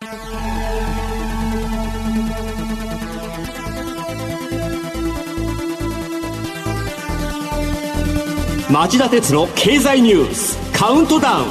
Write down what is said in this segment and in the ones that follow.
町田鉄の経済ニュースカウントダウン。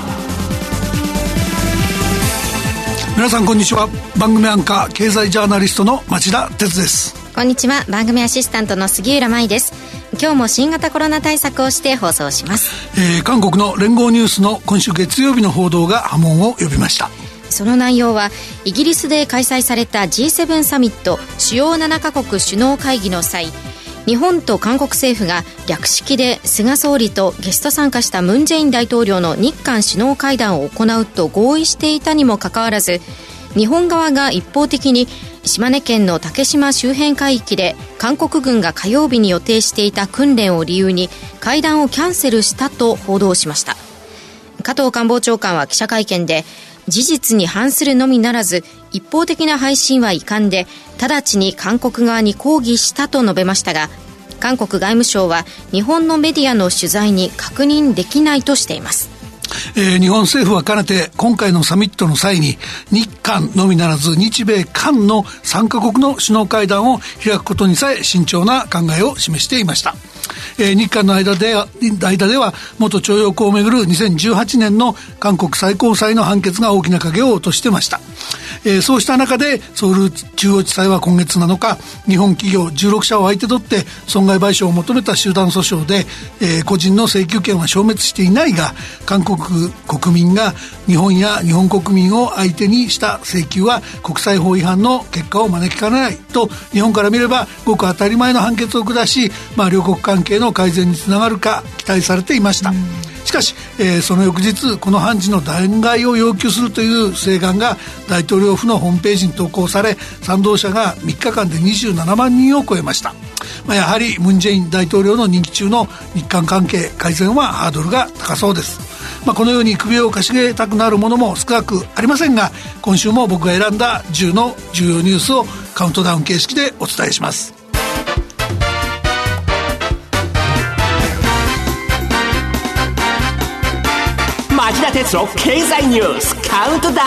皆さんこんにちは。番組アンカー経済ジャーナリストの町田鉄です。 こんにちは。番組アシスタントの杉浦舞です。今日も新型コロナ対策をして放送します。 韓国の連合ニュースの今週月曜日の報道が波紋を呼びました。 その内容はイギリスで開催された G7 サミット主要7カ国首脳会議の際、日本と韓国政府が略式で菅総理とゲスト参加したムン・ジェイン大統領の日韓首脳会談を行うと合意していたにもかかわらず、日本側が一方的に島根県の竹島周辺海域で韓国軍が火曜日に予定していた訓練を理由に会談をキャンセルしたと報道しました。加藤官房長官は記者会見で、事実に反するのみならず一方的な配信は遺憾で直ちに韓国側に抗議したと述べましたが、韓国外務省は日本のメディアの取材に確認できないとしています。 日本政府はかねて今回のサミットの際に日韓のみならず日米韓の3カ国の首脳会談を開くことにさえ慎重な考えを示していました。日韓の間では元徴用工をめぐる2018年の韓国最高裁の判決が大きな影を落としてました。そうした中でソウル中央地裁は今月7日、日本企業16社を相手取って損害賠償を求めた集団訴訟で、個人の請求権は消滅していないが、韓国国民が日本や日本国民を相手にした請求は国際法違反の結果を招きかねないと、日本から見ればごく当たり前の判決を下し、両国関係の改善につながるか期待されていました。しかし、その翌日この判事の弾劾を要求するという請願が大統領府のホームページに投稿され、賛同者が3日間で27万人を超えました。やはりムン・ジェイン大統領の任期中の日韓関係改善はハードルが高そうです。このように首をかしげたくなるものも少なくありませんが、今週も僕が選んだ10の重要ニュースをカウントダウン形式でお伝えします。 町田鉄の経済ニュースカウントダウン。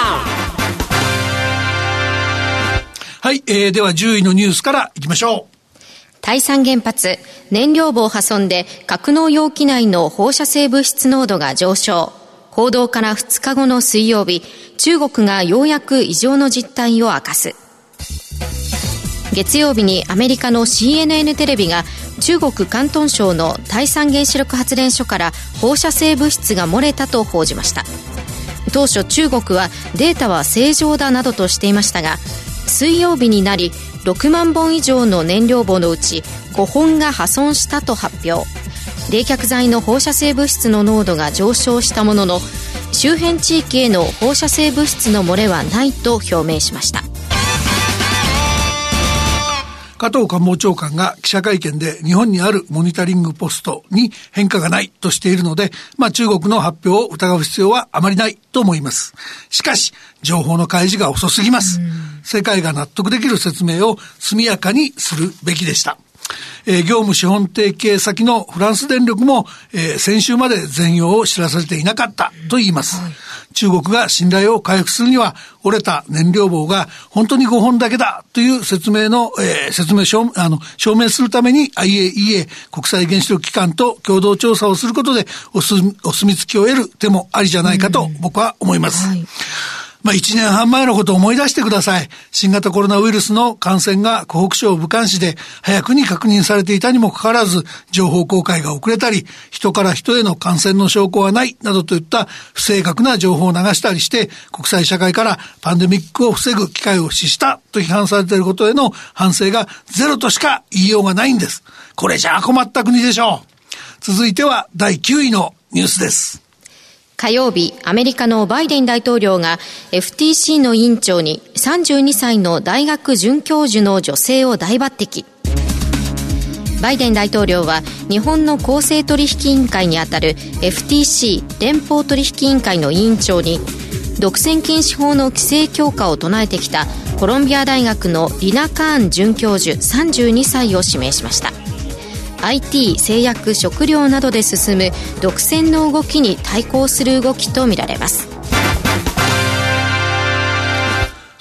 はい、では10位のニュースからいきましょう。 台山原発、燃料棒破損で格納容器内の放射性物質濃度が上昇。報道から2日後の水曜日、中国がようやく異常の実態を明かす。月曜日にアメリカの CNN テレビが中国広東省の台山原子力発電所から放射性物質が漏れたと報じました。当初中国はデータは正常だなどとしていましたが、水曜日になり6万本以上の燃料棒のうち5本が破損したと発表。冷却剤の放射性物質の濃度が上昇したものの、周辺地域への放射性物質の漏れはないと表明しました。 加藤官房長官が記者会見で、日本にあるモニタリングポストに変化がないとしているので、中国の発表を疑う必要はあまりないと思います。しかし情報の開示が遅すぎます。世界が納得できる説明を速やかにするべきでした。業務資本提携先のフランス電力も、先週まで全容を知らされていなかったと言います。中国が信頼を回復するには、折れた燃料棒が本当に5本だけだという説明証明するために IAEA 国際原子力機関と共同調査をすることでお墨付きを得る手もありじゃないかと僕は思います。1年半前のことを思い出してください。新型コロナウイルスの感染が湖北省武漢市で早くに確認されていたにもかかわらず、情報公開が遅れたり、人から人への感染の証拠はないなどといった不正確な情報を流したりして、国際社会からパンデミックを防ぐ機会を失したと批判されていることへの反省がゼロとしか言いようがないんです。これじゃあ困った国でしょう。続いては第9位のニュースです。 火曜日、アメリカのバイデン大統領が FTC の委員長に32歳の大学准教授の女性を大抜擢。バイデン大統領は日本の公正取引委員会にあたる FTC 連邦取引委員会の委員長に、独占禁止法の規制強化を唱えてきたコロンビア大学のリナ・カーン准教授32歳を指名しました。IT、製薬、食料などで進む独占の動きに対抗する動きとみられます。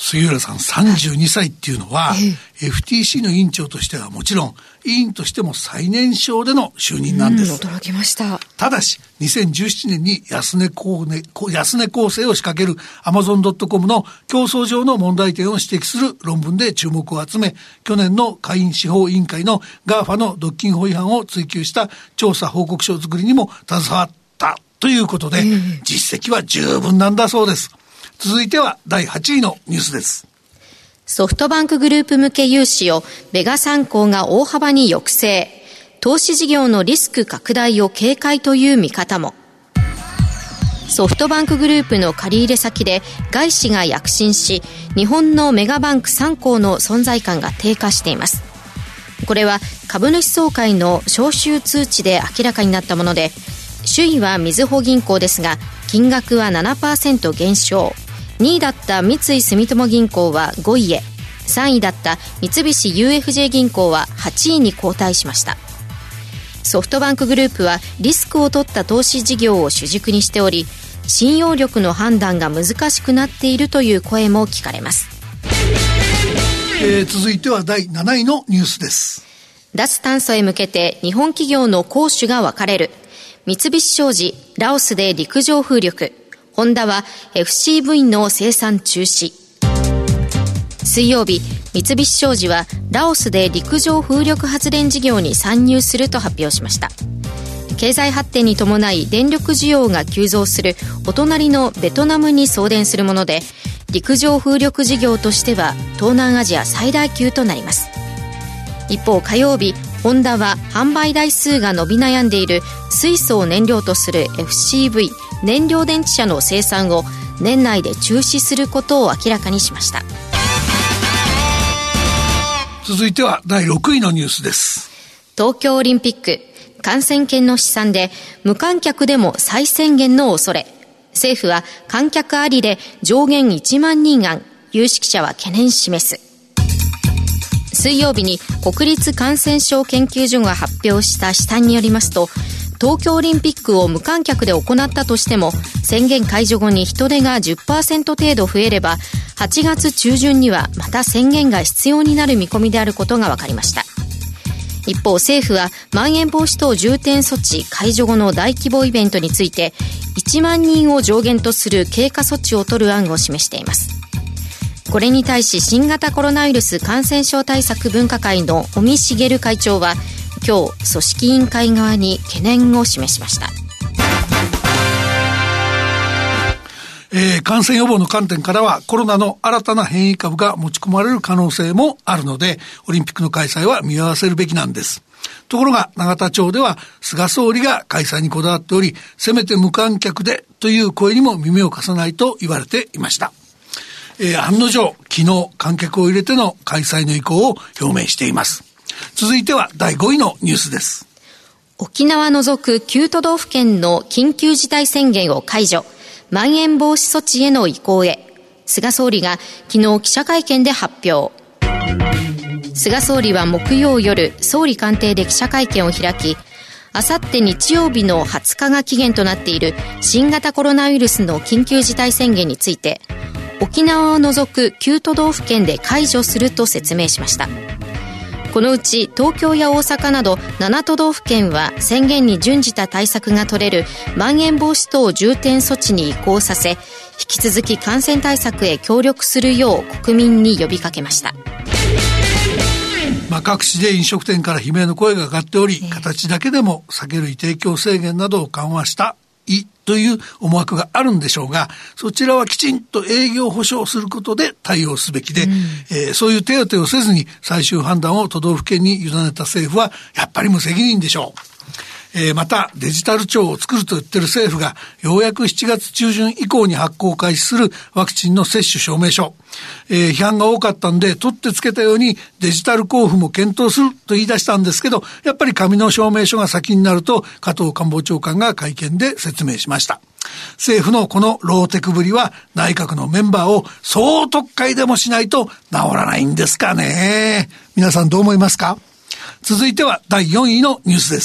杉浦さん32歳っていうのは、FTC の委員長としてはもちろん委員としても最年少での就任なんです。 驚きました。 ただし2017年に安値構成を仕掛ける Amazon.com の競争上の問題点を指摘する論文で注目を集め、去年の下院司法委員会の GAFA の独禁法違反を追及した調査報告書作りにも携わったということで、実績は十分なんだそうです。続いては第8位のニュースです。 ソフトバンクグループ向け融資をベガ参考が大幅に抑制。投資事業のリスク拡大を警戒という見方も。ソフトバンクグループの借入先で外資が躍進し、日本のメガバンク3行の存在感が低下しています。これは株主総会の招集通知で明らかになったもので、首位はみずほ銀行ですが、金額は 7% 減少。2位だった三井住友銀行は5位へ、3位だった三菱 UFJ 銀行は8位に後退しました。ソフトバンクグループはリスクを取った投資事業を主軸にしており、信用力の判断が難しくなっているという声も聞かれます。 続いては第7位のニュースです。 脱炭素へ向けて日本企業の攻守が分かれる。三菱商事、ラオスで陸上風力。ホンダは FCV の生産中止。水曜日、三菱商事はラオスで陸上風力発電事業に参入すると発表しました。経済発展に伴い電力需要が急増するお隣のベトナムに送電するもので、陸上風力事業としては東南アジア最大級となります。一方、火曜日、ホンダは販売台数が伸び悩んでいる水素を燃料とする FCV 燃料電池車の生産を年内で中止することを明らかにしました。 続いては第6位のニュースです。 東京オリンピック感染研の試算で無観客でも再宣言の恐れ。政府は観客ありで上限1万人案、有識者は懸念示す。水曜日に国立感染症研究所が発表した試算によりますと、東京オリンピックを無観客で行ったとしても、宣言解除後に人出が 10% 程度増えれば、8月中旬にはまた宣言が必要になる見込みであることが分かりました。一方、政府はまん延防止等重点措置解除後の大規模イベントについて、1万人を上限とする経過措置を取る案を示しています。これに対し新型コロナウイルス感染症対策分科会の尾身茂会長は今日組織委員会側に懸念を示しました。 感染予防の観点からはコロナの新たな変異株が持ち込まれる可能性もあるので、オリンピックの開催は見合わせるべきなんです。ところが永田町では菅総理が開催にこだわっており、せめて無観客でという声にも耳を貸さないと言われていました。案の定昨日観客を入れての開催の意向を表明しています。続いては第5位のニュースです。 沖縄除く9都道府県の緊急事態宣言を解除、まん延防止措置への移行へ、菅総理が昨日記者会見で発表。菅総理は木曜夜、総理官邸で記者会見を開き、あさって日曜日の20日が期限となっている新型コロナウイルスの緊急事態宣言について、沖縄を除く9都道府県で解除すると説明しました。このうち東京や大阪など7都道府県は宣言に準じた対策が取れるまん延防止等重点措置に移行させ、引き続き感染対策へ協力するよう国民に呼びかけました。 各地で飲食店から悲鳴の声が上がっており、形だけでも酒類提供制限などを緩和したいという思惑があるんでしょうが、そちらはきちんと営業保障することで対応すべきで、そういう手当てをせずに最終判断を都道府県に委ねた政府はやっぱり無責任でしょう。またデジタル庁を作ると言っている政府がようやく7月中旬以降に発行開始するワクチンの接種証明書、批判が多かったんで取ってつけたようにデジタル交付も検討すると言い出したんですけど、やっぱり紙の証明書が先になると加藤官房長官が会見で説明しました。政府のこのローテクぶりは内閣のメンバーを総特会でもしないと治らないんですかね。皆さんどう思いますか。続いては第4位のニュースです。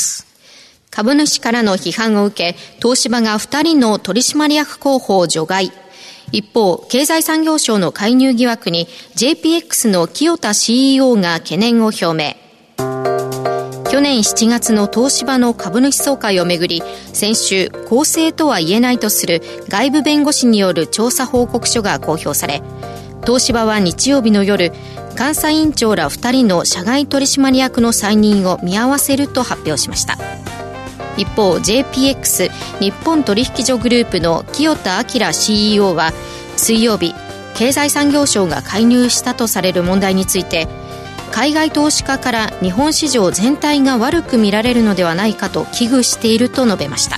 株主からの批判を受け、東芝が2人の取締役候補を除外。 一方、経済産業省の介入疑惑に JPX の清田 CEO が懸念を表明。去年7月の東芝の株主総会をめぐり、先週公正とは言えないとする外部弁護士による調査報告書が公表され、東芝は日曜日の夜、監査委員長ら2人の社外取締役の再任を見合わせると発表しました。一方、 JPX 日本取引所グループの清田彰 CEO は水曜日、経済産業省が介入したとされる問題について、海外投資家から日本市場全体が悪く見られるのではないかと危惧していると述べました。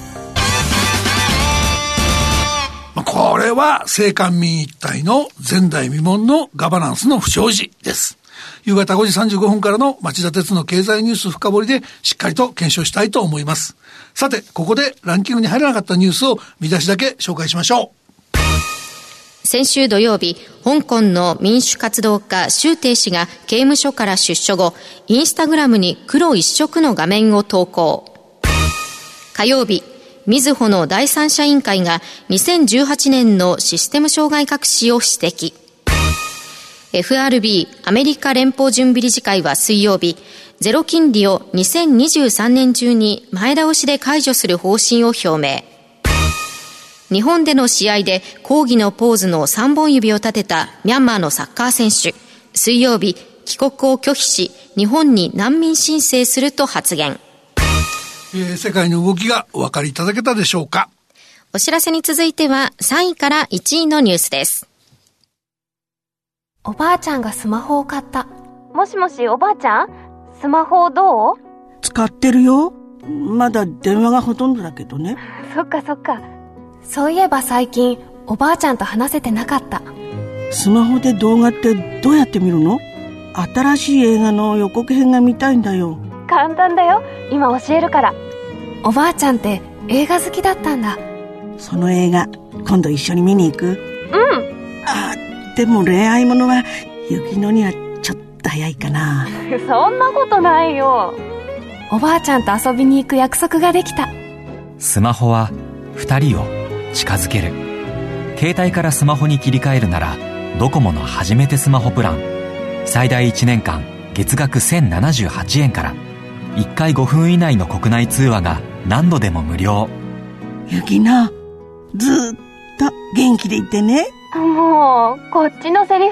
これは政官民一体の前代未聞のガバナンスの不祥事です。夕方5時35分からの町田鉄の経済ニュース深掘りでしっかりと検証したいと思います。さて、ここでランキングに入らなかったニュースを見出しだけ紹介しましょう。 先週土曜日、香港の民主活動家周庭氏が刑務所から出所後、インスタグラムに黒一色の画面を投稿。火曜日、みずほの第三者委員会が2018年のシステム障害隠しを指摘。FRB アメリカ連邦準備理事会は水曜日、ゼロ金利を2023年中に前倒しで解除する方針を表明。日本での試合で抗議のポーズの3本指を立てたミャンマーのサッカー選手、水曜日、帰国を拒否し日本に難民申請すると発言。 世界の動きがお分かりいただけたでしょうか。 お知らせに続いては3位から1位のニュースです。 おばあちゃんがスマホを買った。もしもし、おばあちゃん、スマホどう？ 使ってるよ。まだ電話がほとんどだけどね。 そっかそっか。そういえば最近おばあちゃんと話せてなかった。 スマホで動画ってどうやって見るの？新しい映画の予告編が見たいんだよ。 簡単だよ、今教えるから。おばあちゃんって映画好きだったんだ。 その映画今度一緒に見に行く？ うん。 でも恋愛ものは雪乃にはちょっと早いかな。 そんなことないよ。おばあちゃんと遊びに行く約束ができた。 スマホは2人を近づける。携帯からスマホに切り替えるならドコモの初めてスマホプラン、最大1年間月額1078円から。1回5分以内の国内通話が何度でも無料。 雪乃、ずっと元気でいてね。 もうこっちのセリフ。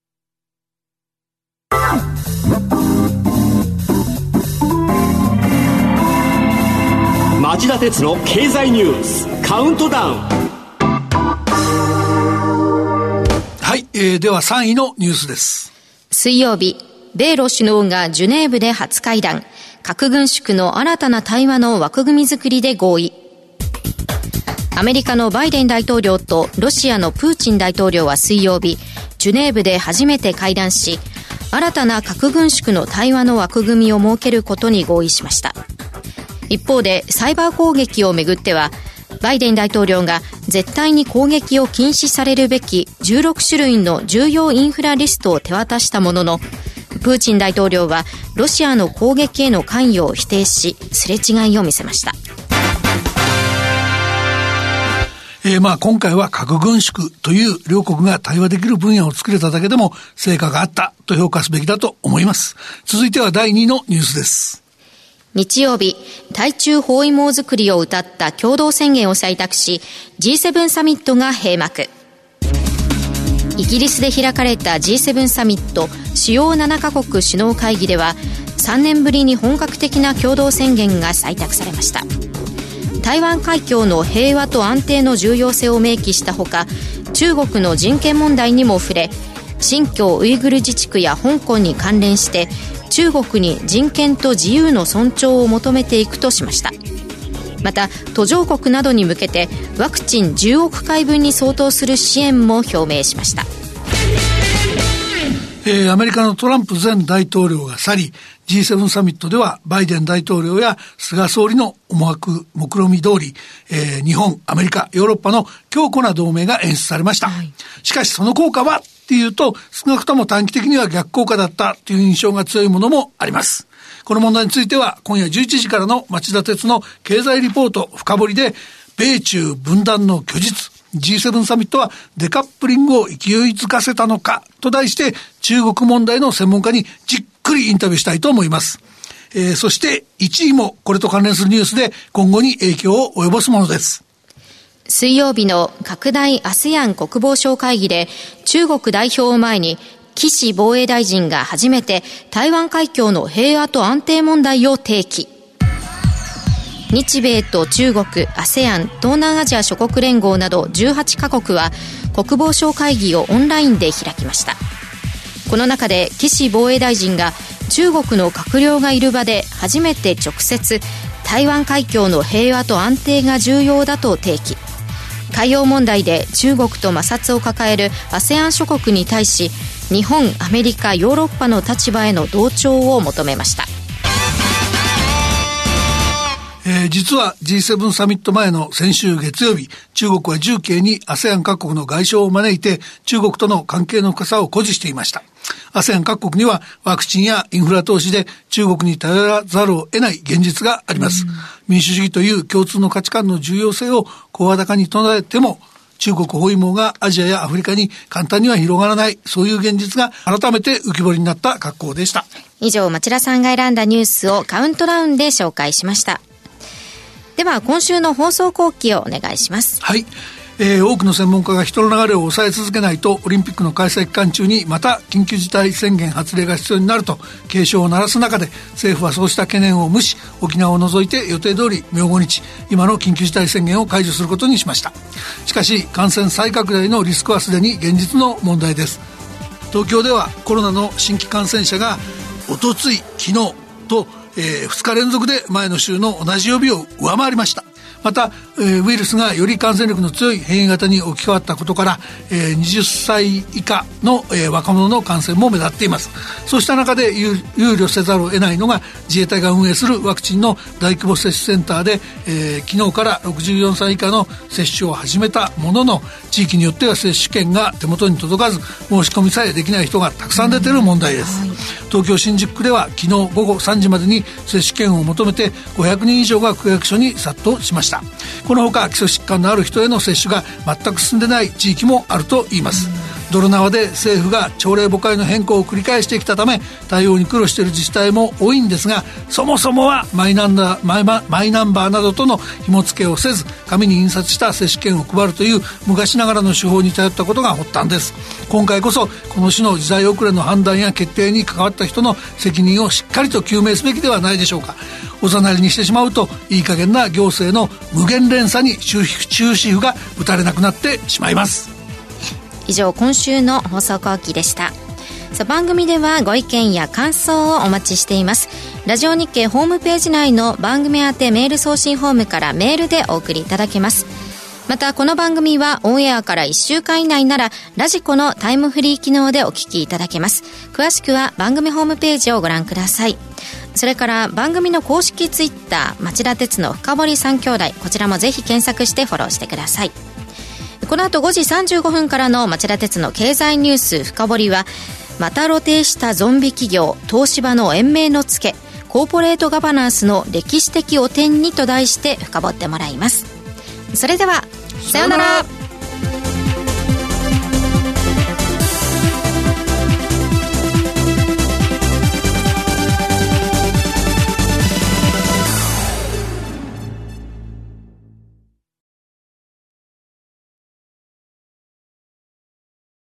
町田鉄の経済ニュースカウントダウン。 はい、では3位のニュースです。 水曜日、米ロ首脳がジュネーブで初会談、核軍縮の新たな対話の枠組み作りで合意。アメリカのバイデン大統領とロシアのプーチン大統領は水曜日、ジュネーブで初めて会談し、新たな核軍縮の対話の枠組みを設けることに合意しました。一方でサイバー攻撃をめぐっては、バイデン大統領が絶対に攻撃を禁止されるべき16種類の重要インフラリストを手渡したものの、プーチン大統領はロシアの攻撃への関与を否定し、すれ違いを見せました。 今回は核軍縮という両国が対話できる分野を作れただけでも成果があったと評価すべきだと思います。続いては第2位のニュースです。 日曜日、対中包囲網づくりを謳った共同宣言を採択し、G7 サミットが閉幕。イギリスで開かれた G7 サミット主要7カ国首脳会議では、3年ぶりに本格的な共同宣言が採択されました。台湾海峡の平和と安定の重要性を明記したほか、中国の人権問題にも触れ、新疆ウイグル自治区や香港に関連して中国に人権と自由の尊重を求めていくとしました。また途上国などに向けてワクチン10億回分に相当する支援も表明しました。 アメリカのトランプ前大統領が去り、G7 サミットではバイデン大統領や菅総理の目論見通り、日本、アメリカ、ヨーロッパの強固な同盟が演出されました。しかしその効果はっていうと、少なくとも短期的には逆効果だったという印象が強いものもあります。この問題については今夜11時からの町田鉄の経済リポート深掘りで、米中分断の虚実 G7 サミットはデカップリングを勢いづかせたのかと題して中国問題の専門家にじっくりインタビューしたいと思います。そして1位もこれと関連するニュースで今後に影響を及ぼすものです。 水曜日の拡大 ASEAN 国防相会議で中国代表を前に岸防衛大臣が初めて台湾海峡の平和と安定問題を提起。日米と中国、ASEAN、東南アジア諸国連合など18カ国は国防相会議をオンラインで開きました。この中で岸防衛大臣が中国の閣僚がいる場で初めて直接台湾海峡の平和と安定が重要だと提起。海洋問題で中国と摩擦を抱える ASEAN 諸国に対し日本、アメリカ、ヨーロッパの立場への同調を求めました。 実は G7 サミット前の先週月曜日、中国は重慶に ASEAN 各国の外相を招いて中国との関係の深さを誇示していました。ASEAN 各国にはワクチンやインフラ投資で中国に頼らざるを得ない現実があります。民主主義という共通の価値観の重要性を声高に唱えても中国包囲網がアジアやアフリカに簡単には広がらない、そういう現実が改めて浮き彫りになった格好でした。 以上、町田さんが選んだニュースをカウントダウンで紹介しました。では今週の放送後期をお願いします。 はい、多くの専門家が人の流れを抑え続けないとオリンピックの開催期間中にまた緊急事態宣言発令が必要になると警鐘を鳴らす中で、政府はそうした懸念を無視、沖縄を除いて予定通り明後日今の緊急事態宣言を解除することにしました。しかし感染再拡大のリスクはすでに現実の問題です。東京ではコロナの新規感染者がおとつい、昨日と2日連続で前の週の同じ曜日を上回りました。また、ウイルスがより感染力の強い変異型に置き換わったことから、20歳以下の、若者の感染も目立っています。そうした中で憂慮せざるを得ないのが自衛隊が運営するワクチンの大規模接種センターで、昨日から64歳以下の接種を始めたものの、地域によっては接種券が手元に届かず申し込みさえできない人がたくさん出ている問題です。東京新宿区では昨日午後3時までに接種券を求めて500人以上が区役所に殺到しました。このほか基礎疾患のある人への接種が全く進んでない地域もあるといいます。泥縄で政府が朝令暮改の変更を繰り返してきたため対応に苦労している自治体も多いんですが、そもそもはマイナンバーなどとの紐付けをせず紙に印刷した接種券を配るという昔ながらの手法に頼ったことが発端です。今回こそこの種の時代遅れの判断や決定に関わった人の責任をしっかりと究明すべきではないでしょうか。おざなりにしてしまうといい加減な行政の無限連鎖に終止符が打たれなくなってしまいます。 以上、今週の放送後期でした。番組ではご意見や感想をお待ちしています。ラジオ日経ホームページ内の番組宛てメール送信フォームからメールでお送りいただけます。またこの番組はオンエアから1週間以内ならラジコのタイムフリー機能でお聞きいただけます。詳しくは番組ホームページをご覧ください。それから番組の公式ツイッター町田鉄の深堀三兄弟、こちらもぜひ検索してフォローしてください。この後5時35分からの町田鉄の経済ニュース深堀は、また露呈したゾンビ企業東芝の延命のツケ、コーポレートガバナンスの歴史的汚点にと題して深掘ってもらいます。それではさようなら。